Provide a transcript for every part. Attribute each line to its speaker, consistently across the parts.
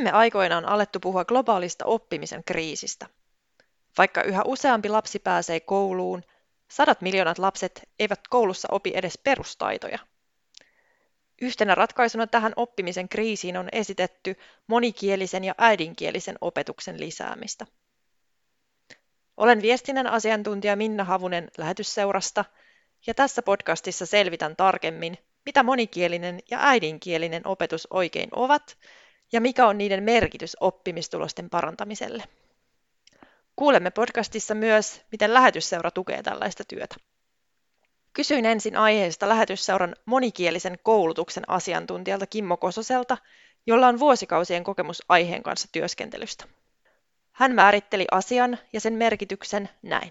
Speaker 1: Viime aikoina on alettu puhua globaalista oppimisen kriisistä. Vaikka yhä useampi lapsi pääsee kouluun, 100 miljoonat lapset eivät koulussa opi edes perustaitoja. Yhtenä ratkaisuna tähän oppimisen kriisiin on esitetty monikielisen ja äidinkielisen opetuksen lisäämistä. Olen viestinnän asiantuntija Minna Havunen Lähetysseurasta, ja tässä podcastissa selvitän tarkemmin, mitä monikielinen ja äidinkielinen opetus oikein ovat, ja mikä on niiden merkitys oppimistulosten parantamiselle. Kuulemme podcastissa myös, miten Lähetysseura tukee tällaista työtä. Kysyin ensin aiheesta Lähetysseuran monikielisen koulutuksen asiantuntijalta Kimmo Kososelta, jolla on vuosikausien kokemus aiheen kanssa työskentelystä. Hän määritteli asian ja sen merkityksen näin.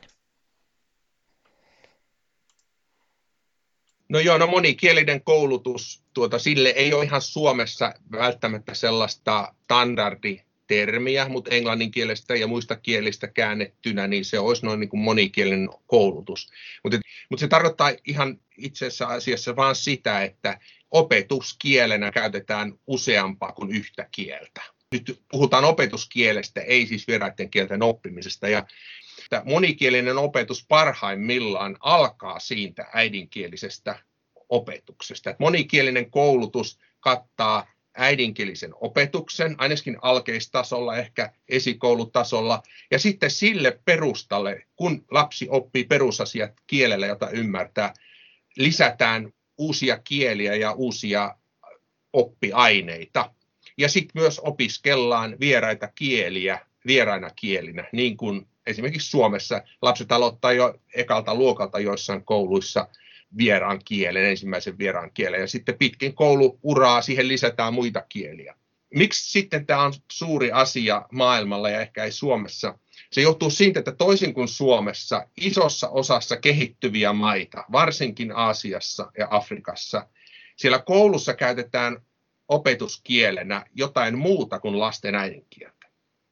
Speaker 2: No monikielinen koulutus, sille ei ole ihan Suomessa välttämättä sellaista standarditermiä, mutta englanninkielestä ja muista kielistä käännettynä, niin se olisi noin niin kuin monikielinen koulutus. Mutta se tarkoittaa ihan itse asiassa vaan sitä, että opetuskielenä käytetään useampaa kuin yhtä kieltä. Nyt puhutaan opetuskielestä, ei siis vieraiden kielten oppimisesta. Ja monikielinen opetus parhaimmillaan alkaa siitä äidinkielisestä opetuksesta. Että monikielinen koulutus kattaa äidinkielisen opetuksen, ainakin alkeistasolla, ehkä esikoulutasolla, ja sitten sille perustalle, kun lapsi oppii perusasiat kielellä, jota ymmärtää, lisätään uusia kieliä ja uusia oppiaineita. Ja sitten myös opiskellaan vieraita kieliä vieraina kielinä, niin kuin esimerkiksi Suomessa lapset aloittaa jo ekalta luokalta joissain kouluissa vieraan kielen, ensimmäisen vieraan kielen, ja sitten pitkin kouluuraa siihen lisätään muita kieliä. Miksi sitten tämä on suuri asia maailmalla ja ehkä ei Suomessa? Se johtuu siitä, että toisin kuin Suomessa, isossa osassa kehittyviä maita, varsinkin Aasiassa ja Afrikassa, siellä koulussa käytetään opetuskielenä jotain muuta kuin lasten äidinkieltä.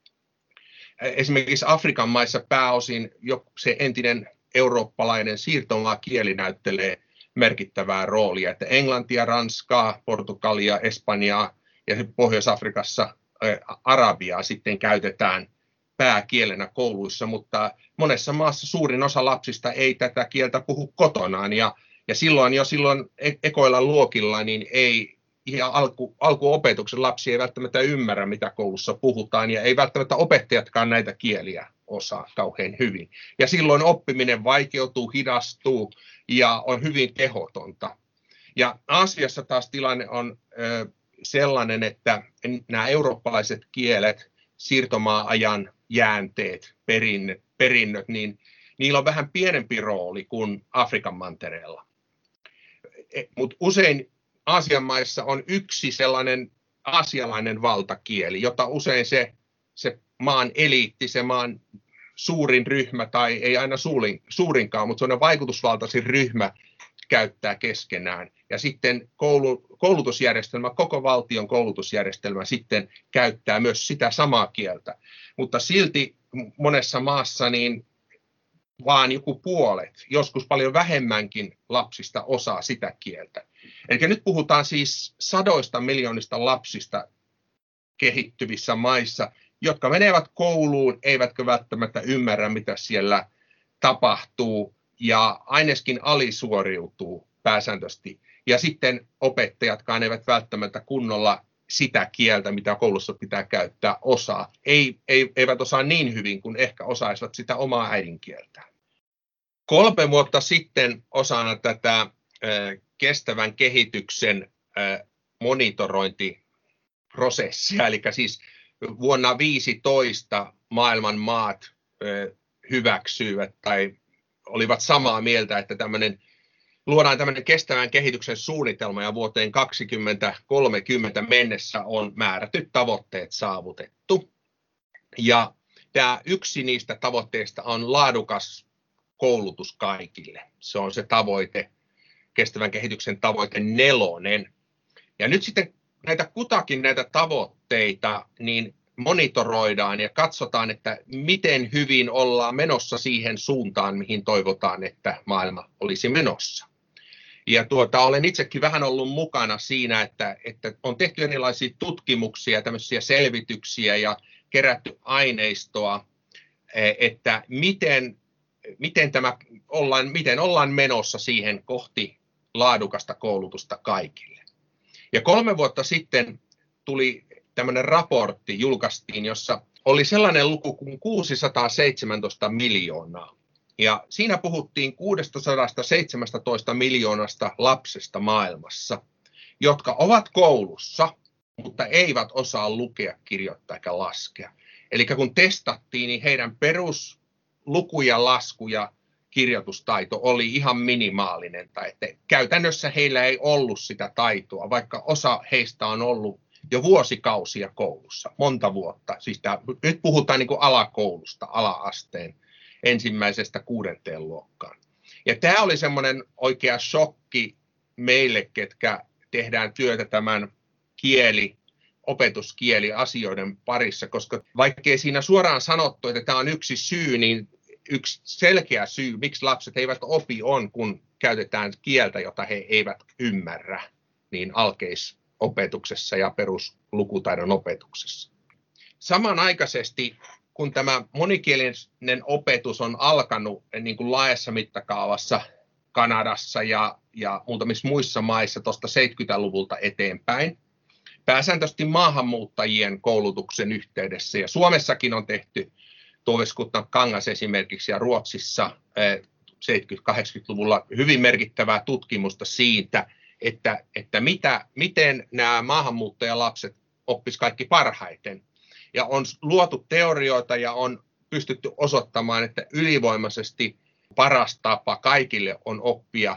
Speaker 2: Esimerkiksi Afrikan maissa pääosin jo se entinen eurooppalainen siirtomaakieli näyttelee merkittävää roolia, että englantia, ranskaa, portugalia, espanjaa ja Pohjois-Afrikassa arabiaa sitten käytetään pääkielenä kouluissa, mutta monessa maassa suurin osa lapsista ei tätä kieltä puhu kotonaan ja silloin ekoilla luokilla niin ei ihan alkuopetuksen lapsi ei välttämättä ymmärrä, mitä koulussa puhutaan, ja ei välttämättä opettajatkaan näitä kieliä osaa kauhean hyvin. Ja silloin oppiminen vaikeutuu, hidastuu ja on hyvin tehotonta. Ja Aasiassa taas tilanne on sellainen, että nämä eurooppalaiset kielet, siirtomaa-ajan jäänteet, perinnöt, niin niillä on vähän pienempi rooli kuin Afrikan mantereella. Mutta usein Aasian maissa on yksi sellainen aasialainen valtakieli, jota usein se maan eliitti, se maan suurin ryhmä, tai ei aina suurinkaan, mutta sellainen vaikutusvaltaisin ryhmä käyttää keskenään. Ja sitten koulutusjärjestelmä, koko valtion koulutusjärjestelmä sitten käyttää myös sitä samaa kieltä. Mutta silti monessa maassa niin vaan joku puolet, joskus paljon vähemmänkin lapsista osaa sitä kieltä. Eli nyt puhutaan siis 100 miljoonista lapsista kehittyvissä maissa, jotka menevät kouluun, eivätkä välttämättä ymmärrä, mitä siellä tapahtuu, ja aineskin alisuoriutuu pääsääntöisesti. Ja sitten opettajatkaan eivät välttämättä kunnolla sitä kieltä, mitä koulussa pitää käyttää, osaa. Eivät osaa niin hyvin kuin ehkä osaisivat sitä omaa äidinkieltään. 3 vuotta sitten osana tätä kestävän kehityksen monitorointiprosessia, eli siis vuonna 2015 maailman maat hyväksyivät tai olivat samaa mieltä, että luodaan tämmöinen kestävän kehityksen suunnitelma ja vuoteen 2030 mennessä on määrätyt tavoitteet saavutettu. Ja yksi niistä tavoitteista on laadukas koulutus kaikille. Se on se tavoite, kestävän kehityksen tavoite 4. Ja nyt sitten kutakin näitä tavoitteita niin monitoroidaan ja katsotaan, että miten hyvin ollaan menossa siihen suuntaan, mihin toivotaan, että maailma olisi menossa. Ja olen itsekin vähän ollut mukana siinä, että on tehty erilaisia tutkimuksia, tämmöisiä selvityksiä ja kerätty aineistoa, että miten ollaan menossa siihen kohti laadukasta koulutusta kaikille. Ja 3 vuotta sitten tuli tämmöinen raportti, julkaistiin, jossa oli sellainen luku kuin 617 miljoonaa. Ja siinä puhuttiin 617 miljoonasta lapsesta maailmassa, jotka ovat koulussa, mutta eivät osaa lukea, kirjoittaa eikä laskea. Eli kun testattiin, niin heidän perusluku ja lasku ja kirjoitustaito oli ihan minimaalinen. Tai että käytännössä heillä ei ollut sitä taitoa, vaikka osa heistä on ollut jo vuosikausia koulussa, monta vuotta. Siis nyt puhutaan niin kuin alakoulusta, ala-asteen 1.–6. luokkaan. Ja tämä oli semmoinen oikea shokki meille, ketkä tehdään työtä tämän opetuskieliasioiden parissa, koska vaikkei siinä suoraan sanottu, että tämä on yksi syy, niin yksi selkeä syy, miksi lapset eivät opi on, kun käytetään kieltä, jota he eivät ymmärrä, niin alkeisopetuksessa ja peruslukutaidon opetuksessa. Samanaikaisesti, kun tämä monikielinen opetus on alkanut niin kuin laajassa mittakaavassa Kanadassa ja muutamissa muissa maissa tuosta 70-luvulta eteenpäin, pääsääntöisesti maahanmuuttajien koulutuksen yhteydessä, ja Suomessakin on tehty Toivoskuttan Kangas esimerkiksi ja Ruotsissa 70-80-luvulla hyvin merkittävää tutkimusta siitä, että miten nämä maahanmuuttajalapset oppisivat kaikki parhaiten. Ja on luotu teorioita ja on pystytty osoittamaan, että ylivoimaisesti paras tapa kaikille on oppia,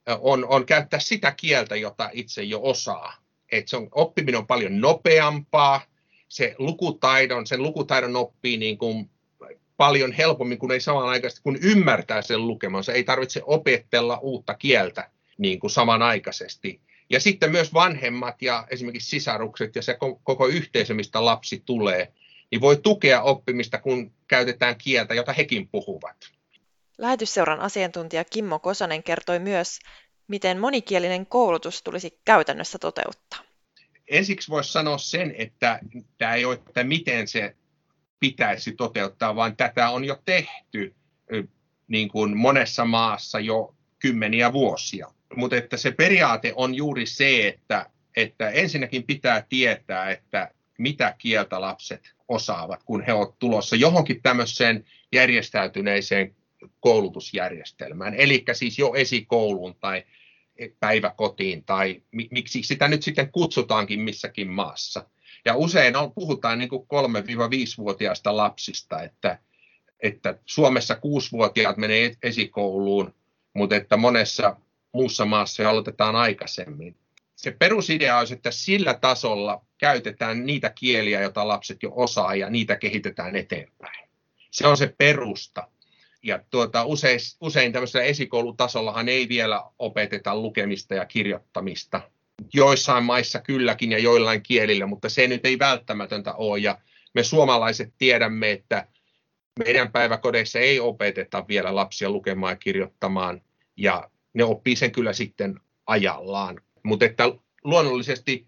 Speaker 2: on käyttää sitä kieltä, jota itse jo osaa. Että oppiminen on paljon nopeampaa, sen lukutaidon oppii niin kuin paljon helpommin, kun ei samanaikaisesti, kun ymmärtää sen lukemansa. Ei tarvitse opetella uutta kieltä niin kuin samanaikaisesti. Ja sitten myös vanhemmat ja esimerkiksi sisarukset ja se koko yhteisö, mistä lapsi tulee, niin voi tukea oppimista, kun käytetään kieltä, jota hekin puhuvat.
Speaker 1: Lähetysseuran asiantuntija Kimmo Kosonen kertoi myös, miten monikielinen koulutus tulisi käytännössä toteuttaa.
Speaker 2: Ensiksi voisi sanoa sen, että tämä ei ole, että miten se pitäisi toteuttaa, vaan tätä on jo tehty niin kuin monessa maassa jo kymmeniä vuosia. Mutta että se periaate on juuri se, että ensinnäkin pitää tietää, että mitä kieltä lapset osaavat, kun he ovat tulossa johonkin tämmöiseen järjestäytyneeseen koulutusjärjestelmään. Eli siis jo esikouluun tai päiväkotiin tai miksi sitä nyt sitten kutsutaankin missäkin maassa. Ja usein puhutaan niin kuin 3–5-vuotiaista lapsista, että Suomessa 6-vuotiaat menee esikouluun, mutta että monessa muussa maassa aloitetaan aikaisemmin. Se perusidea on, että sillä tasolla käytetään niitä kieliä, joita lapset jo osaa, ja niitä kehitetään eteenpäin. Se on se perusta. Ja usein tämmöisellä esikoulutasollahan ei vielä opeteta lukemista ja kirjoittamista. Joissain maissa kylläkin ja joillain kielillä, mutta se nyt ei välttämätöntä ole. Ja me suomalaiset tiedämme, että meidän päiväkodeissa ei opeteta vielä lapsia lukemaan ja kirjoittamaan, ja ne oppii sen kyllä sitten ajallaan. Mutta että luonnollisesti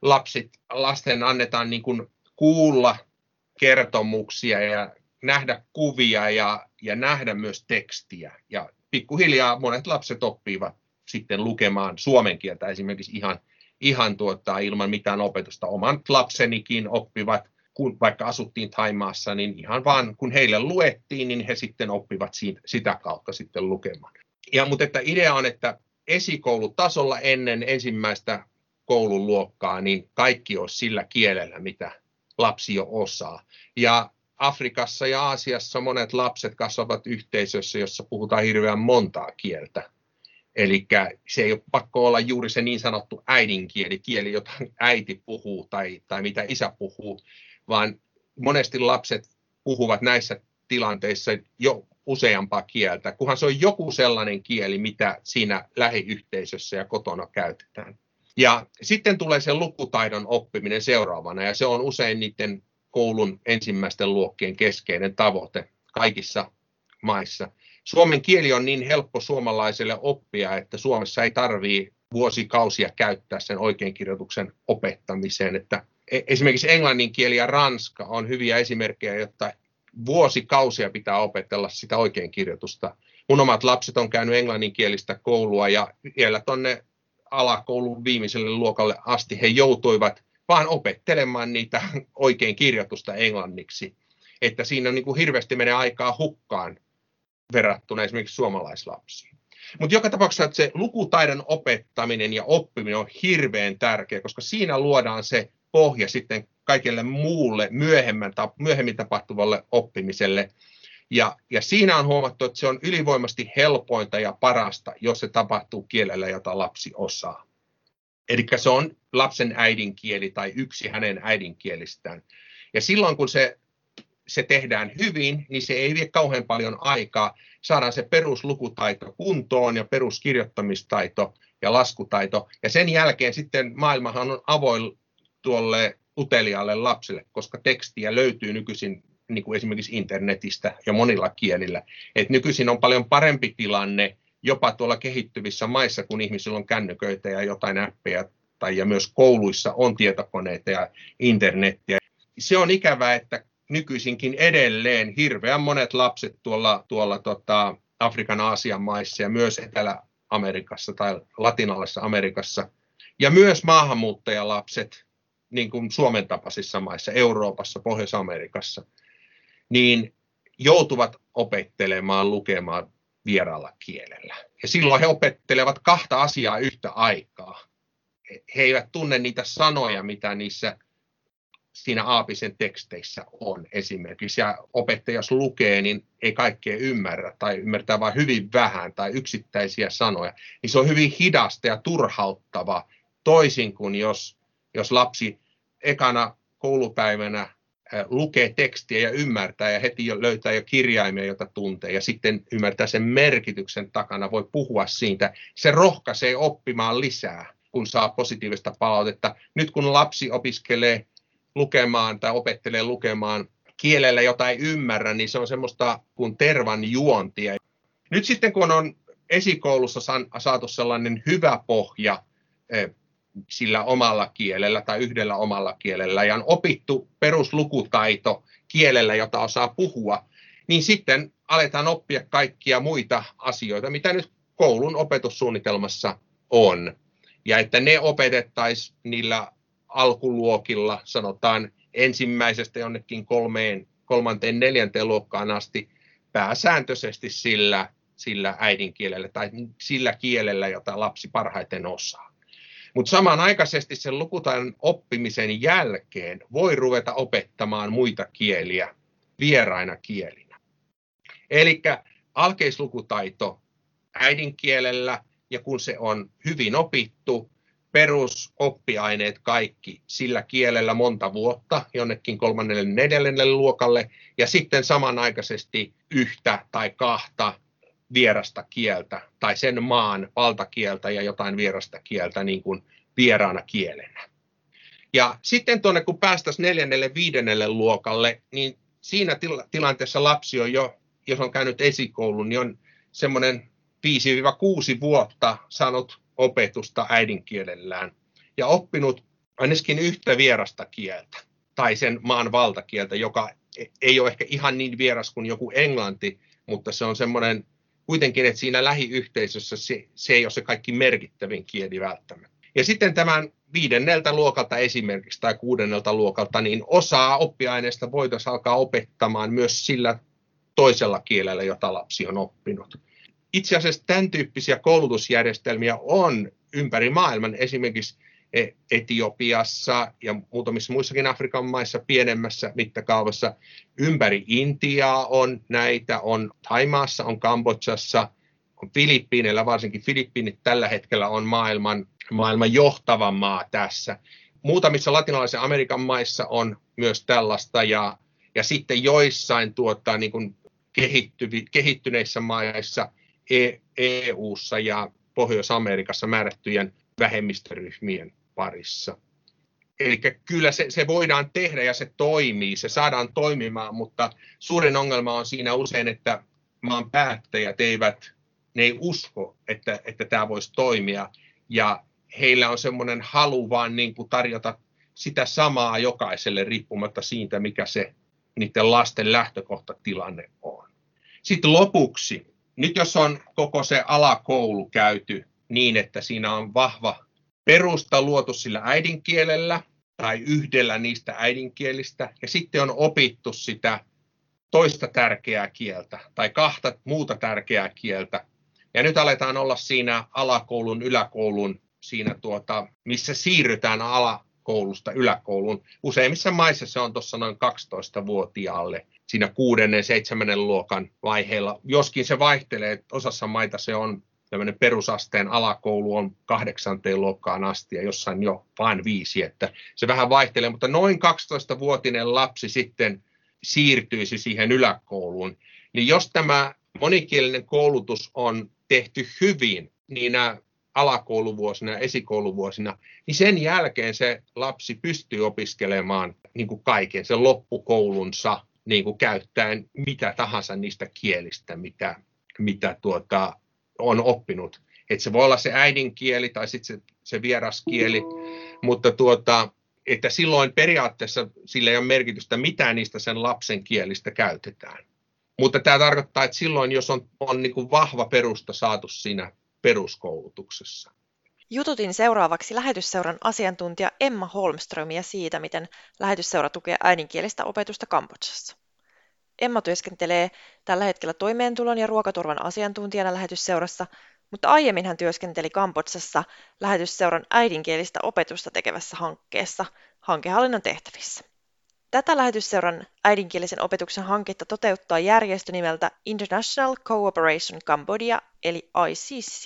Speaker 2: lasten annetaan niin kuin kuulla kertomuksia ja nähdä kuvia ja nähdä myös tekstiä. Ja pikkuhiljaa monet lapset oppivat sitten lukemaan suomen kieltä esimerkiksi ihan ilman mitään opetusta. Omat lapsenikin oppivat, kun vaikka asuttiin Thaimaassa, niin ihan vaan kun heille luettiin, niin he sitten oppivat sitä kautta sitten lukemaan. Mutta että idea on, että esikoulutasolla ennen ensimmäistä koululuokkaa, niin kaikki olisi sillä kielellä, mitä lapsi jo osaa. Ja Afrikassa ja Aasiassa monet lapset kasvavat yhteisössä, jossa puhutaan hirveän montaa kieltä. Eli se ei ole pakko olla juuri se niin sanottu äidinkieli, kieli, jota äiti puhuu tai mitä isä puhuu, vaan monesti lapset puhuvat näissä tilanteissa jo useampaa kieltä, kunhan se on joku sellainen kieli, mitä siinä lähiyhteisössä ja kotona käytetään. Ja sitten tulee se lukutaidon oppiminen seuraavana, ja se on usein niiden koulun ensimmäisten luokkien keskeinen tavoite kaikissa maissa. Suomen kieli on niin helppo suomalaiselle oppia, että Suomessa ei tarvitse vuosikausia käyttää sen oikeinkirjoituksen opettamiseen. Että esimerkiksi englannin kieli ja ranska on hyviä esimerkkejä, jotta vuosikausia pitää opetella sitä oikeinkirjoitusta. Mun omat lapset on käynyt englanninkielistä koulua ja vielä tuonne alakoulun viimeiselle luokalle asti he joutuivat vaan opettelemaan niitä oikeinkirjoitusta englanniksi. Että siinä on niin kuin hirveästi menee aikaa hukkaan verrattuna esimerkiksi suomalaislapsiin. Mutta joka tapauksessa että se lukutaidon opettaminen ja oppiminen on hirveän tärkeä, koska siinä luodaan se pohja sitten kaikille muulle myöhemmin tapahtuvalle oppimiselle. Ja siinä on huomattu, että se on ylivoimasti helpointa ja parasta, jos se tapahtuu kielellä, jota lapsi osaa. Eli se on lapsen äidinkieli tai yksi hänen äidinkielistään. Ja silloin kun se tehdään hyvin, niin se ei vie kauhean paljon aikaa. Saadaan se peruslukutaito kuntoon ja peruskirjoittamistaito ja laskutaito. Ja sen jälkeen sitten maailmahan on avoin tuolle uteliaalle lapselle, koska tekstiä löytyy nykyisin niin kuin esimerkiksi internetistä ja monilla kielillä. Et nykyisin on paljon parempi tilanne jopa tuolla kehittyvissä maissa, kun ihmisillä on kännyköitä ja jotain appeja, ja myös kouluissa on tietokoneita ja internetiä. Se on ikävää, että nykyisinkin edelleen hirveän monet lapset tuolla Afrikan Aasian maissa ja myös Etelä-Amerikassa tai Latinalaisessa Amerikassa ja myös maahanmuuttajalapset, niin kuin Suomen tapaisissa maissa, Euroopassa, Pohjois-Amerikassa, niin joutuvat opettelemaan lukemaan vieraalla kielellä. Ja silloin he opettelevat kahta asiaa yhtä aikaa. He eivät tunne niitä sanoja, mitä siinä aapisen teksteissä on esimerkiksi. Ja opettaja, jos lukee, niin ei kaikkea ymmärrä tai ymmärtää vain hyvin vähän tai yksittäisiä sanoja. Niin se on hyvin hidasta ja turhauttava, toisin kuin jos lapsi ekana koulupäivänä lukee tekstiä ja ymmärtää ja heti löytää jo kirjaimia, joita tuntee ja sitten ymmärtää sen merkityksen takana, voi puhua siitä. Se rohkaisee oppimaan lisää, kun saa positiivista palautetta. Nyt kun lapsi opiskelee lukemaan tai opettelee lukemaan kielellä, jota ei ymmärrä, niin se on semmoista kuin tervan juontia. Nyt sitten kun on esikoulussa saatu sellainen hyvä pohja sillä omalla kielellä tai yhdellä omalla kielellä ja on opittu peruslukutaito kielellä, jota osaa puhua, niin sitten aletaan oppia kaikkia muita asioita, mitä nyt koulun opetussuunnitelmassa on. Ja että ne opetettaisiin niillä alkuluokilla, sanotaan ensimmäisestä jonnekin 3., 4. luokkaan asti pääsääntöisesti sillä äidinkielellä tai sillä kielellä, jota lapsi parhaiten osaa. Mutta samanaikaisesti sen lukutaidon oppimisen jälkeen voi ruveta opettamaan muita kieliä vieraina kielinä. Eli alkeislukutaito äidinkielellä ja kun se on hyvin opittu, perusoppiaineet kaikki sillä kielellä monta vuotta jonnekin 3., 4. luokalle ja sitten samanaikaisesti yhtä tai kahta vierasta kieltä tai sen maan valtakieltä ja jotain vierasta kieltä niin kuin vieraana kielenä. Ja sitten tuonne kun päästäisiin 4., 5. luokalle, niin siinä tilanteessa lapsi on jo, jos on käynyt esikoulun, niin on semmoinen 5-6 vuotta saanut opetusta äidinkielellään ja oppinut ainakin yhtä vierasta kieltä tai sen maan valtakieltä, joka ei ole ehkä ihan niin vieras kuin joku englanti, mutta se on semmoinen kuitenkin, että siinä lähiyhteisössä se ei ole se kaikki merkittävin kieli välttämättä. Ja sitten tämän 5. luokalta esimerkiksi tai 6. luokalta, niin osaa oppiaineesta voitaisiin alkaa opettamaan myös sillä toisella kielellä, jota lapsi on oppinut. Itse asiassa tämän tyyppisiä koulutusjärjestelmiä on ympäri maailman, esimerkiksi Etiopiassa ja muutamissa muissakin Afrikan maissa pienemmässä mittakaavassa. Ympäri Intiaa on näitä, on Thaimaassa, on Kambodžassa, on Filippiineillä, varsinkin Filippiinit tällä hetkellä on maailman johtava maa tässä. Muutamissa latinalaisen Amerikan maissa on myös tällaista ja sitten joissain niin kuin kehittyneissä maissa EU:ssa ja Pohjois-Amerikassa määrättyjen vähemmistöryhmien parissa. Eli kyllä se voidaan tehdä ja se toimii, se saadaan toimimaan, mutta suurin ongelma on siinä usein, että maan päättäjät ne ei usko, että tämä voisi toimia. Ja heillä on semmoinen halu vaan niin kuin tarjota sitä samaa jokaiselle riippumatta siitä, mikä se niiden lasten lähtökohtatilanne on. Sitten lopuksi, nyt jos on koko se alakoulu käyty niin, että siinä on vahva perusta luotu sillä äidinkielellä tai yhdellä niistä äidinkielistä, ja sitten on opittu sitä toista tärkeää kieltä tai kahta muuta tärkeää kieltä, ja nyt aletaan olla siinä alakoulun, yläkoulun, siinä missä siirrytään alakoulusta yläkouluun. Useimmissa maissa se on tuossa noin 12-vuotiaalle, siinä 6.–7. luokan vaiheella. Joskin se vaihtelee, osassa maita se on tämmöinen perusasteen alakoulu on 8. luokkaan asti ja jossain jo vain 5, että se vähän vaihtelee, mutta noin 12-vuotinen lapsi sitten siirtyisi siihen yläkouluun. Niin jos tämä monikielinen koulutus on tehty hyvin niinä alakouluvuosina ja esikouluvuosina, niin sen jälkeen se lapsi pystyy opiskelemaan niin kuin kaiken sen loppukoulunsa niin kuin käyttäen mitä tahansa niistä kielistä, mitä on oppinut. Että se voi olla se äidinkieli tai sitten se vieraskieli, mutta että silloin periaatteessa sillä ei ole merkitystä, mitä niistä sen lapsen kielistä käytetään. Mutta tämä tarkoittaa, että silloin, jos on niin kuin vahva perusta saatu siinä peruskoulutuksessa.
Speaker 1: Jututin seuraavaksi lähetysseuran asiantuntija Emma Holmströmiä siitä, miten lähetysseura tukee äidinkielistä opetusta Kambodžassa. Emma työskentelee tällä hetkellä toimeentulon ja ruokaturvan asiantuntijana lähetysseurassa, mutta aiemmin hän työskenteli Kambodžassa lähetysseuran äidinkielistä opetusta tekevässä hankkeessa hankehallinnon tehtävissä. Tätä lähetysseuran äidinkielisen opetuksen hanketta toteuttaa järjestö nimeltä International Cooperation Cambodia eli ICC.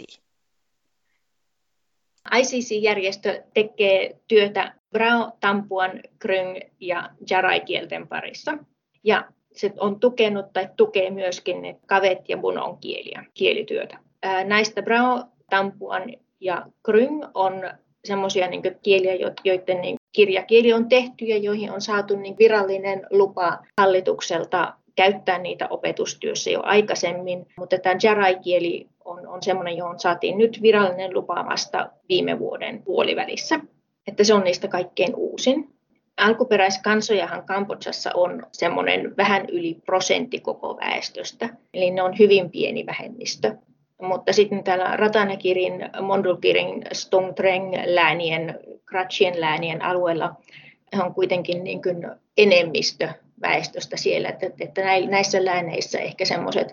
Speaker 3: ICC-järjestö tekee työtä Brao, Tampuan, Krung ja Jarai-kielten parissa. Ja se on tukenut tai tukee myöskin kavet- ja bunon kielityötä. Näistä Brao, Tampuan ja Krung on semmoisia kieliä, joiden kirjakieli on tehty ja joihin on saatu virallinen lupa hallitukselta käyttää niitä opetustyössä jo aikaisemmin. Mutta tämä Jarai-kieli on semmoinen, johon saatiin nyt virallinen lupa vasta viime vuoden puolivälissä. Että se on niistä kaikkein uusin. Alkuperäiskansojahan Kambodžassa on semmoinen vähän yli 1% koko väestöstä, eli ne on hyvin pieni vähemmistö. Mutta sitten täällä Ratanakirin, Mondulkirin, Stontreng läänien, Kratchien läänien alueella on kuitenkin enemmistö väestöstä siellä, että näissä lääneissä ehkä semmoiset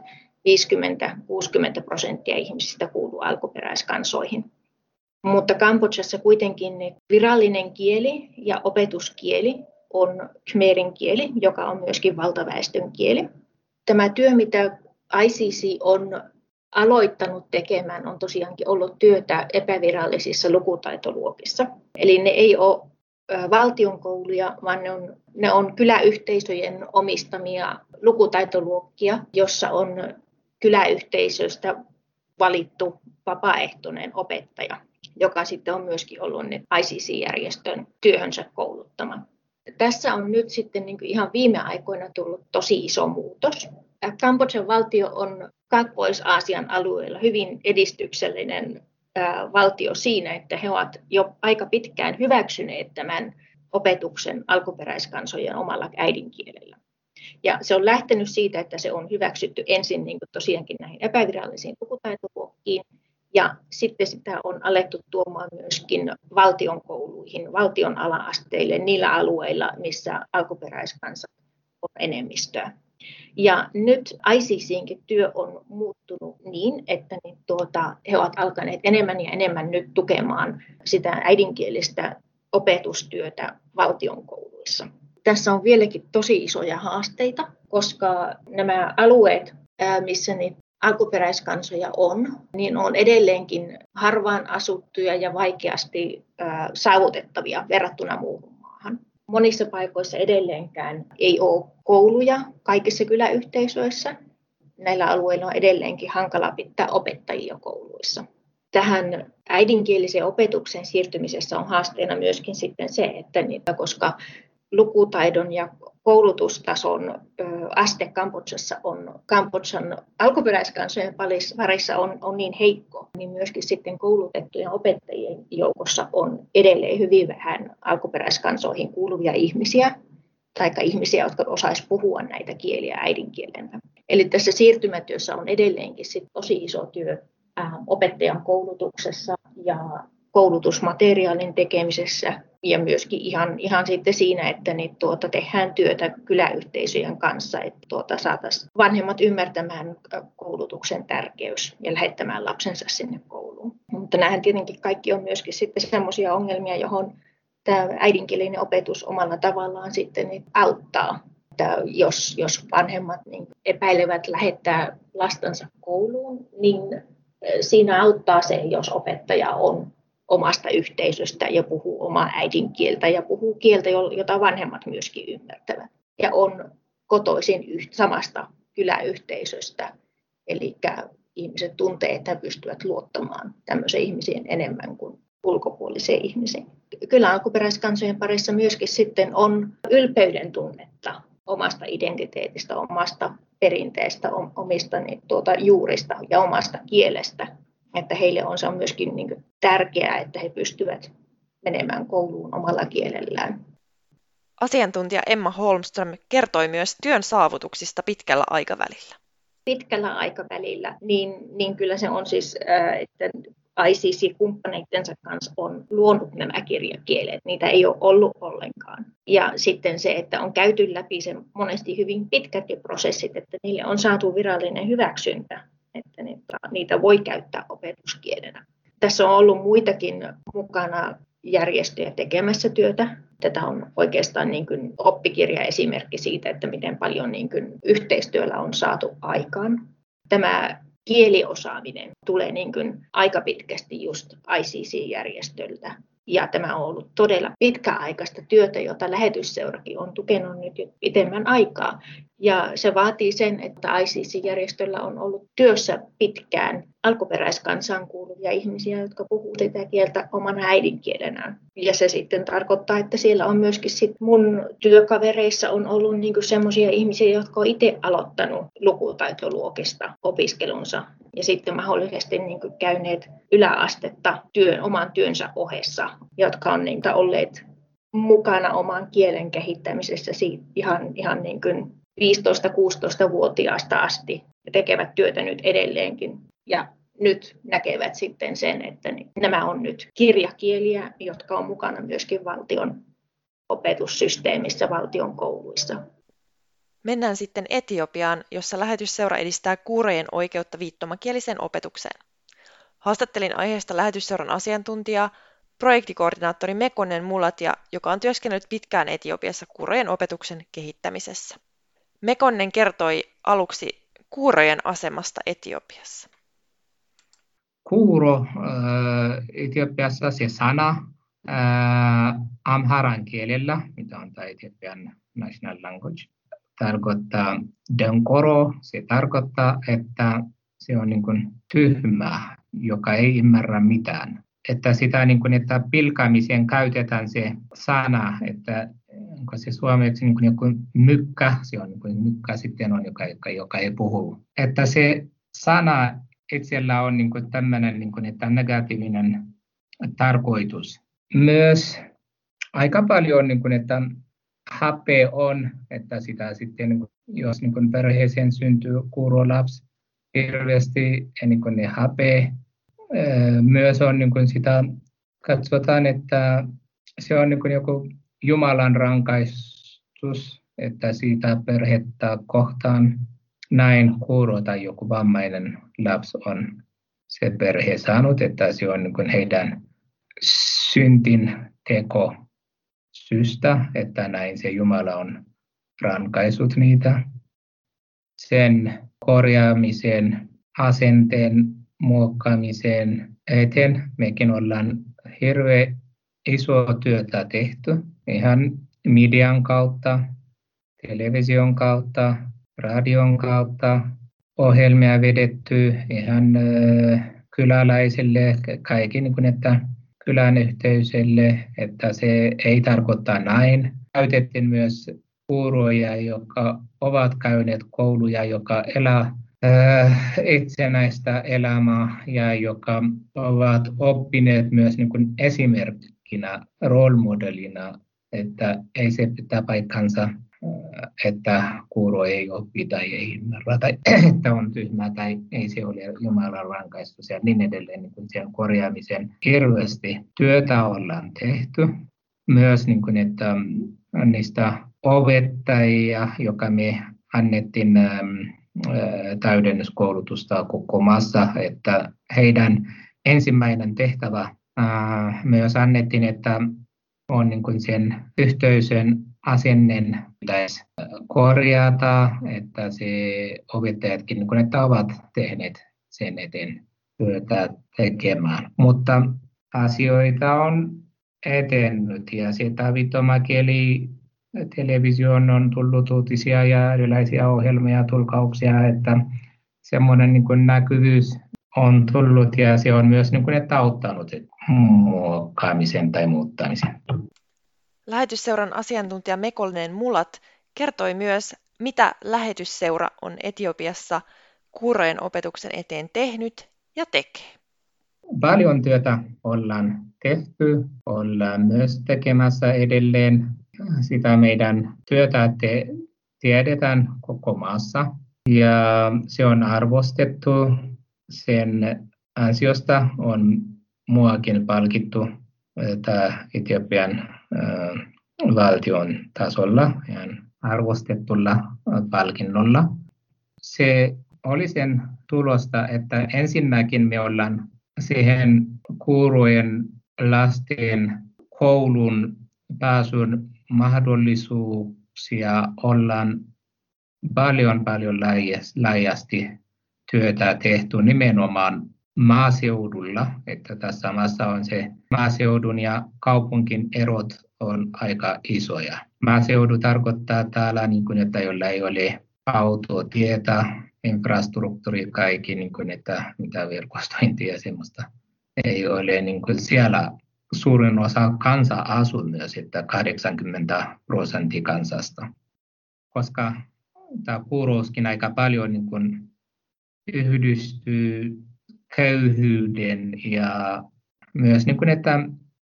Speaker 3: 50–60% ihmisistä kuuluu alkuperäiskansoihin. Mutta Kambodžassa kuitenkin virallinen kieli ja opetuskieli on khmerin kieli, joka on myöskin valtaväestön kieli. Tämä työ, mitä ICC on aloittanut tekemään, on tosiaankin ollut työtä epävirallisissa lukutaitoluokissa. Eli ne ei ole valtionkouluja, vaan ne on kyläyhteisöjen omistamia lukutaitoluokkia, jossa on kyläyhteisöstä valittu vapaaehtoinen opettaja, joka sitten on myöskin ollut ICC-järjestön työhönsä kouluttama. Tässä on nyt sitten ihan viime aikoina tullut tosi iso muutos. Kambodžan valtio on Kaakkois-Aasian alueella hyvin edistyksellinen valtio siinä, että he ovat jo aika pitkään hyväksyneet tämän opetuksen alkuperäiskansojen omalla äidinkielellä. Ja se on lähtenyt siitä, että se on hyväksytty ensin tosiaankin näihin epävirallisiin lukutaitoluokkiin, ja sitten sitä on alettu tuomaan myöskin valtion kouluihin, valtion ala-asteille niillä alueilla, missä alkuperäiskansat on enemmistöä. Ja nyt ICC:nkin työ on muuttunut niin, että he ovat alkaneet enemmän ja enemmän nyt tukemaan sitä äidinkielistä opetustyötä valtion kouluissa. Tässä on vieläkin tosi isoja haasteita, koska nämä alueet, missä niitä alkuperäiskansoja on, niin on edelleenkin harvaan asuttuja ja vaikeasti saavutettavia verrattuna muuhun maahan. Monissa paikoissa edelleenkään ei ole kouluja kaikissa kyläyhteisöissä. Näillä alueilla on edelleenkin hankala pitää opettajia kouluissa. Tähän äidinkieliseen opetukseen siirtymisessä on haasteena myöskin sitten se, että koska lukutaidon ja koulutustason aste Kambodžassa on Kambodžan alkuperäiskansojen parissa on niin heikko, niin myöskin sitten koulutettujen opettajien joukossa on edelleen hyvin vähän alkuperäiskansoihin kuuluvia ihmisiä tai ihmisiä, jotka osaisivat puhua näitä kieliä äidinkielenä. Eli tässä siirtymätyössä on edelleenkin sit tosi iso työ opettajan koulutuksessa ja koulutusmateriaalin tekemisessä ja myöskin ihan sitten siinä, että tehdään työtä kyläyhteisöjen kanssa, että saataisiin vanhemmat ymmärtämään koulutuksen tärkeys ja lähettämään lapsensa sinne kouluun. Mutta nämähän tietenkin kaikki on myöskin sitten sellaisia ongelmia, johon tämä äidinkielinen opetus omalla tavallaan sitten auttaa. Että jos vanhemmat epäilevät lähettää lastansa kouluun, niin siinä auttaa se, jos opettaja on omasta yhteisöstä ja puhuu omaa äidinkieltä ja puhuu kieltä, jota vanhemmat myöskin ymmärtävät. Ja on kotoisin samasta kyläyhteisöstä, eli ihmiset tuntee, että he pystyvät luottamaan tämmöisiin ihmisiin enemmän kuin ulkopuolisiin ihmisiin. Kyllä alkuperäiskansojen parissa myöskin sitten on ylpeyden tunnetta omasta identiteetistä, omasta perinteestä, omista juurista ja omasta kielestä. Että heille se on myöskin tärkeää, että he pystyvät menemään kouluun omalla kielellään.
Speaker 1: Asiantuntija Emma Holmström kertoi myös työn saavutuksista pitkällä aikavälillä.
Speaker 3: Pitkällä aikavälillä, niin kyllä se on siis, että ICC-kumppaneittensa kanssa on luonut nämä kirjakielet. Niitä ei ole ollut ollenkaan. Ja sitten se, että on käyty läpi se monesti hyvin pitkät prosessit, että niille on saatu virallinen hyväksyntä, että niitä voi käyttää opetuskielenä. Tässä on ollut muitakin mukana järjestöjä tekemässä työtä. Tätä on oikeastaan oppikirjaesimerkki siitä, että miten paljon yhteistyöllä on saatu aikaan. Tämä kieliosaaminen tulee aika pitkästi just ICC-järjestöltä. Ja tämä on ollut todella pitkäaikaista työtä, jota lähetysseurakin on tukenut nyt jo pitemmän aikaa. Ja se vaatii sen, että ICC-järjestöllä on ollut työssä pitkään alkuperäiskansaan kuuluvia ihmisiä, jotka puhuu tätä kieltä omana äidinkielenään. Ja se sitten tarkoittaa, että siellä on myöskin mun työkavereissa on ollut semmoisia ihmisiä, jotka on itse aloittanut lukutaitoluokista opiskelunsa. Ja sitten mahdollisesti käyneet yläastetta oman työnsä ohessa, jotka on olleet mukana oman kielen kehittämisessä ihan 15-16-vuotiaasta asti ja tekevät työtä nyt edelleenkin. Ja nyt näkevät sitten sen, että nämä on nyt kirjakieliä, jotka on mukana myöskin valtion opetussysteemissä, valtion kouluissa.
Speaker 1: Mennään sitten Etiopiaan, jossa lähetysseura edistää kuurojen oikeutta viittomakieliseen opetukseen. Haastattelin aiheesta lähetysseuran asiantuntijaa, projektikoordinaattori Mekonnen Mulatia, joka on työskennellyt pitkään Etiopiassa kuurojen opetuksen kehittämisessä. Mekonnen kertoi aluksi kuurojen asemasta Etiopiassa.
Speaker 4: Kuuro Etiopiassa se sana amharan kielellä, mitä on tämä Etiopian national language, tarkoittaa dankoro. Se tarkoittaa, että se on tyhmä, joka ei ymmärrä mitään. Että sitä että pilkaamiseen käytetään se sana, että onko se suomeksi joku mykkä, se on mykkä sitten on, joka ei puhu. Että se sana itsellä on tämmöinen että negatiivinen tarkoitus. Myös aika paljon että hape on, että sitä sitten jos perheeseen syntyy kuurolapsi hirveästi ne hape. Myös on sitä katsotaan, että se on joku Jumalan rankaistus, että siitä perhettä kohtaan näin kuuro tai joku vammainen lapsi on se perhe saanut, että se on heidän syntin teko syystä, että näin se Jumala on rankaisut niitä. Sen korjaamisen, asenteen muokkaamiseen eteen mekin ollaan hirveän isoa työtä tehty ihan median kautta, television kautta, radion kautta, ohjelmia vedetty ihan kyläläisille, kaikki että kylän yhteisölle, että se ei tarkoita näin, käytettiin myös kuuroja, jotka ovat käyneet kouluja, joka elää itsenäistä elämää ja joka ovat oppineet myös niin kuin esimerkkinä, role-modelina, että ei se pitää paikkansa, että kuuro ei oppi tai ei ymmärrä tai että on tyhmä tai ei se ole Jumalan rankaistus ja niin edelleen. Niin kuin sen korjaamisen hirveästi työtä ollaan tehty. Myös niin kuin, että niistä opettajia, joka me annettiin täydennyskoulutusta koko maassa, että heidän ensimmäinen tehtävä myös annettiin, että on niin kuin sen yhteisön asennen pitäisi korjata, että se opettajatkin niin kuin, että ovat tehneet sen eteen työtä tekemään. Mutta asioita on edennyt ja sitä viittomakieli televisioon on tullut uutisia ja erilaisia ohjelmia, tulkauksia, että semmoinen niin kuin näkyvyys on tullut ja se on myös niin kuin, että auttanut muokkaamisen tai muuttamisen.
Speaker 1: Lähetysseuran asiantuntija Mekollinen Mulat kertoi myös, mitä lähetysseura on Etiopiassa kuurojen opetuksen eteen tehnyt ja tekee.
Speaker 4: Paljon työtä ollaan tehty, ollaan myös tekemässä edelleen. Sitä meidän työtä tiedetään koko maassa ja se on arvostettu. Sen ansiosta on muakin palkittu Etiopian valtion tasolla ja arvostetulla palkinnolla. Se oli sen tulosta, että ensinnäkin me ollaan siihen kuurojen lasten koulun pääsyn mahdollisuuksia ollaan paljon laajasti työtä tehty nimenomaan maaseudulla, että tässä maassa on se maaseudun ja kaupunkin erot on aika isoja. Maaseudu tarkoittaa täällä, niin kuin, että jolla ei ole autotietä, infrastruktuuri, kaikki, niin kuin, että mitä verkostointia ja semmoista ei ole. Niin kuin siellä suurin osa kansa asuu myös, että 80% kansasta. Koska tämä kuurouskin aika paljon niin kuin yhdistyy köyhyyden ja myös niin kuin, että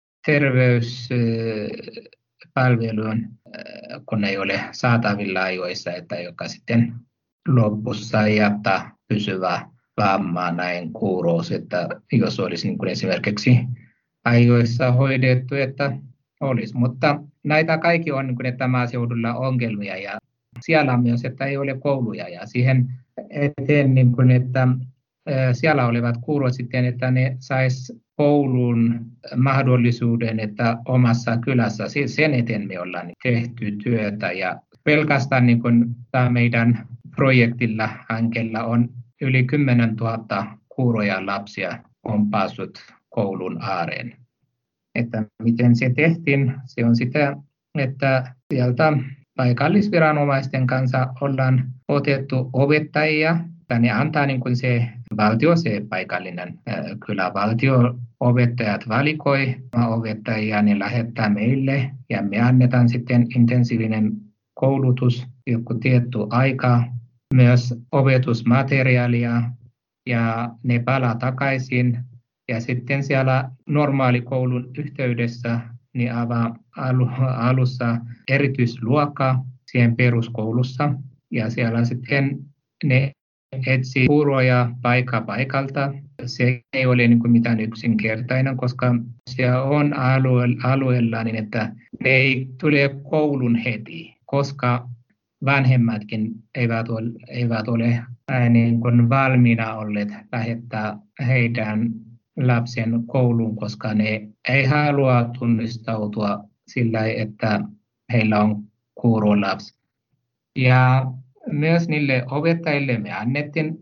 Speaker 4: terveyspalveluun, kun ei ole saatavilla ajoissa, että joka sitten lopussa jättää pysyvä vamma näin kuurous, että jos olisi niin kuin esimerkiksi ajoissa hoidettu, että olisi. Mutta näitä kaikki on niin kuin, että maaseudulla ongelmia ja siellä myös, että ei ole kouluja ja siihen eteen, niin kuin, että siellä olevat kuurot sitten, että ne sais koulun mahdollisuuden, että omassa kylässä, siis sen eteen me ollaan tehty työtä ja pelkästään niin kuin tämä meidän projektilla hankkeella on yli 10 000 kuuroja lapsia on päässyt koulun ääreen. Että miten se tehtiin, se on sitä, että sieltä paikallisviranomaisten kanssa ollaan otettu opettajia, ja ne antaa niin kuin se valtio, se paikallinen kylävaltio, opettajat valikoi opettajia, ne lähettää meille ja me annetaan sitten intensiivinen koulutus, joku tietty aika, myös opetusmateriaalia ja ne palaa takaisin ja sitten siellä normaalikoulun yhteydessä ne avaa alussa erityisluokka siihen peruskoulussa ja siellä sitten ne etsii kuuroja paikalta. Se ei ole niin kuin mitään yksinkertainen, koska se on alueella niin, että ne ei tule koulun heti, koska vanhemmatkin eivät ole niin kuin valmiina olleet lähettää heidän lapsen kouluun, koska ne ei halua tunnistautua sillä, että heillä on kuurolapsi. Ja myös niille opettajille me annettiin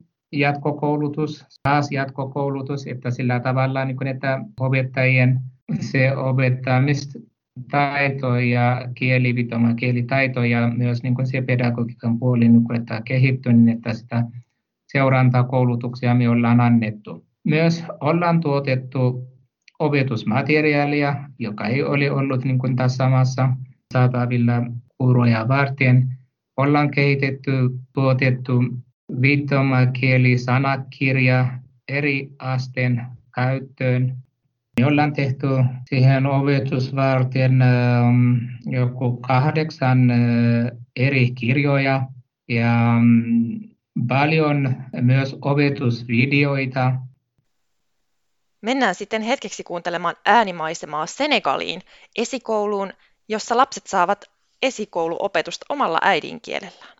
Speaker 4: jatkokoulutus, että sillä tavalla, niin kuin, että opettajien se opettamistaito ja kielitaito ja myös niin kuin se pedagogiikan puoli, niin kuin, että kehittyy, niin että sitä seurantakoulutuksia me ollaan annettu. Myös ollaan tuotettu opetusmateriaalia, joka ei ole ollut niin kuin tässä maassa. saatavilla kuuroja varten. Ollaan tuotettu viittomakielisanakirja eri asteen käyttöön. Me ollaan tehty siihen opetus varten joku 8 eri kirjoja ja paljon myös opetusvideoita.
Speaker 1: Mennään sitten hetkeksi kuuntelemaan äänimaisemaa Senegaliin, esikouluun, jossa lapset saavat esikouluopetusta omalla äidinkielellään.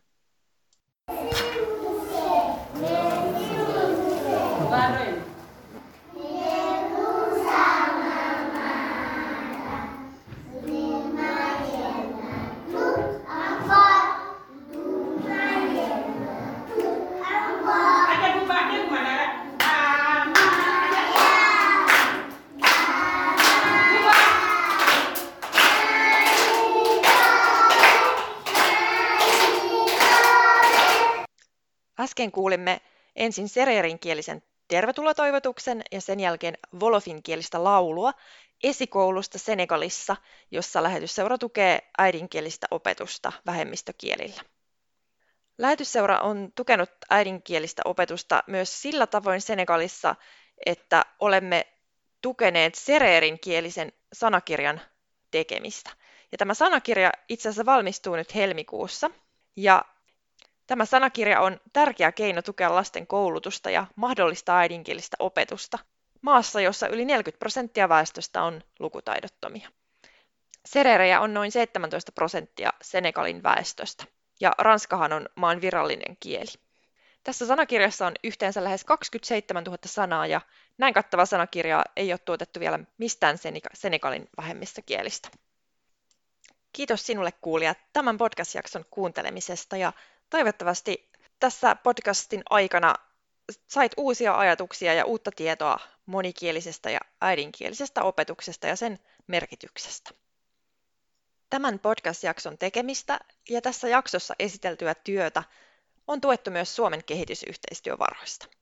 Speaker 1: Äsken kuulimme ensin sereerinkielisen tervetulotoivotuksen ja sen jälkeen wolofinkielistä laulua esikoulusta Senegalissa, jossa lähetysseura tukee äidinkielistä opetusta vähemmistökielillä. Lähetysseura on tukenut äidinkielistä opetusta myös sillä tavoin Senegalissa, että olemme tukeneet sereerinkielisen sanakirjan tekemistä. Ja tämä sanakirja itse asiassa valmistuu nyt helmikuussa. Ja tämä sanakirja on tärkeä keino tukea lasten koulutusta ja mahdollistaa äidinkielistä opetusta maassa, jossa yli 40% väestöstä on lukutaidottomia. Sererejä on noin 17% Senegalin väestöstä, ja ranskahan on maan virallinen kieli. Tässä sanakirjassa on yhteensä lähes 27 000 sanaa, ja näin kattava sanakirja ei ole tuotettu vielä mistään Senegalin vähemmistökielistä. Kiitos sinulle kuulija tämän podcast-jakson kuuntelemisesta, ja toivottavasti tässä podcastin aikana sait uusia ajatuksia ja uutta tietoa monikielisestä ja äidinkielisestä opetuksesta ja sen merkityksestä. Tämän podcast-jakson tekemistä ja tässä jaksossa esiteltyä työtä on tuettu myös Suomen kehitysyhteistyövaroista.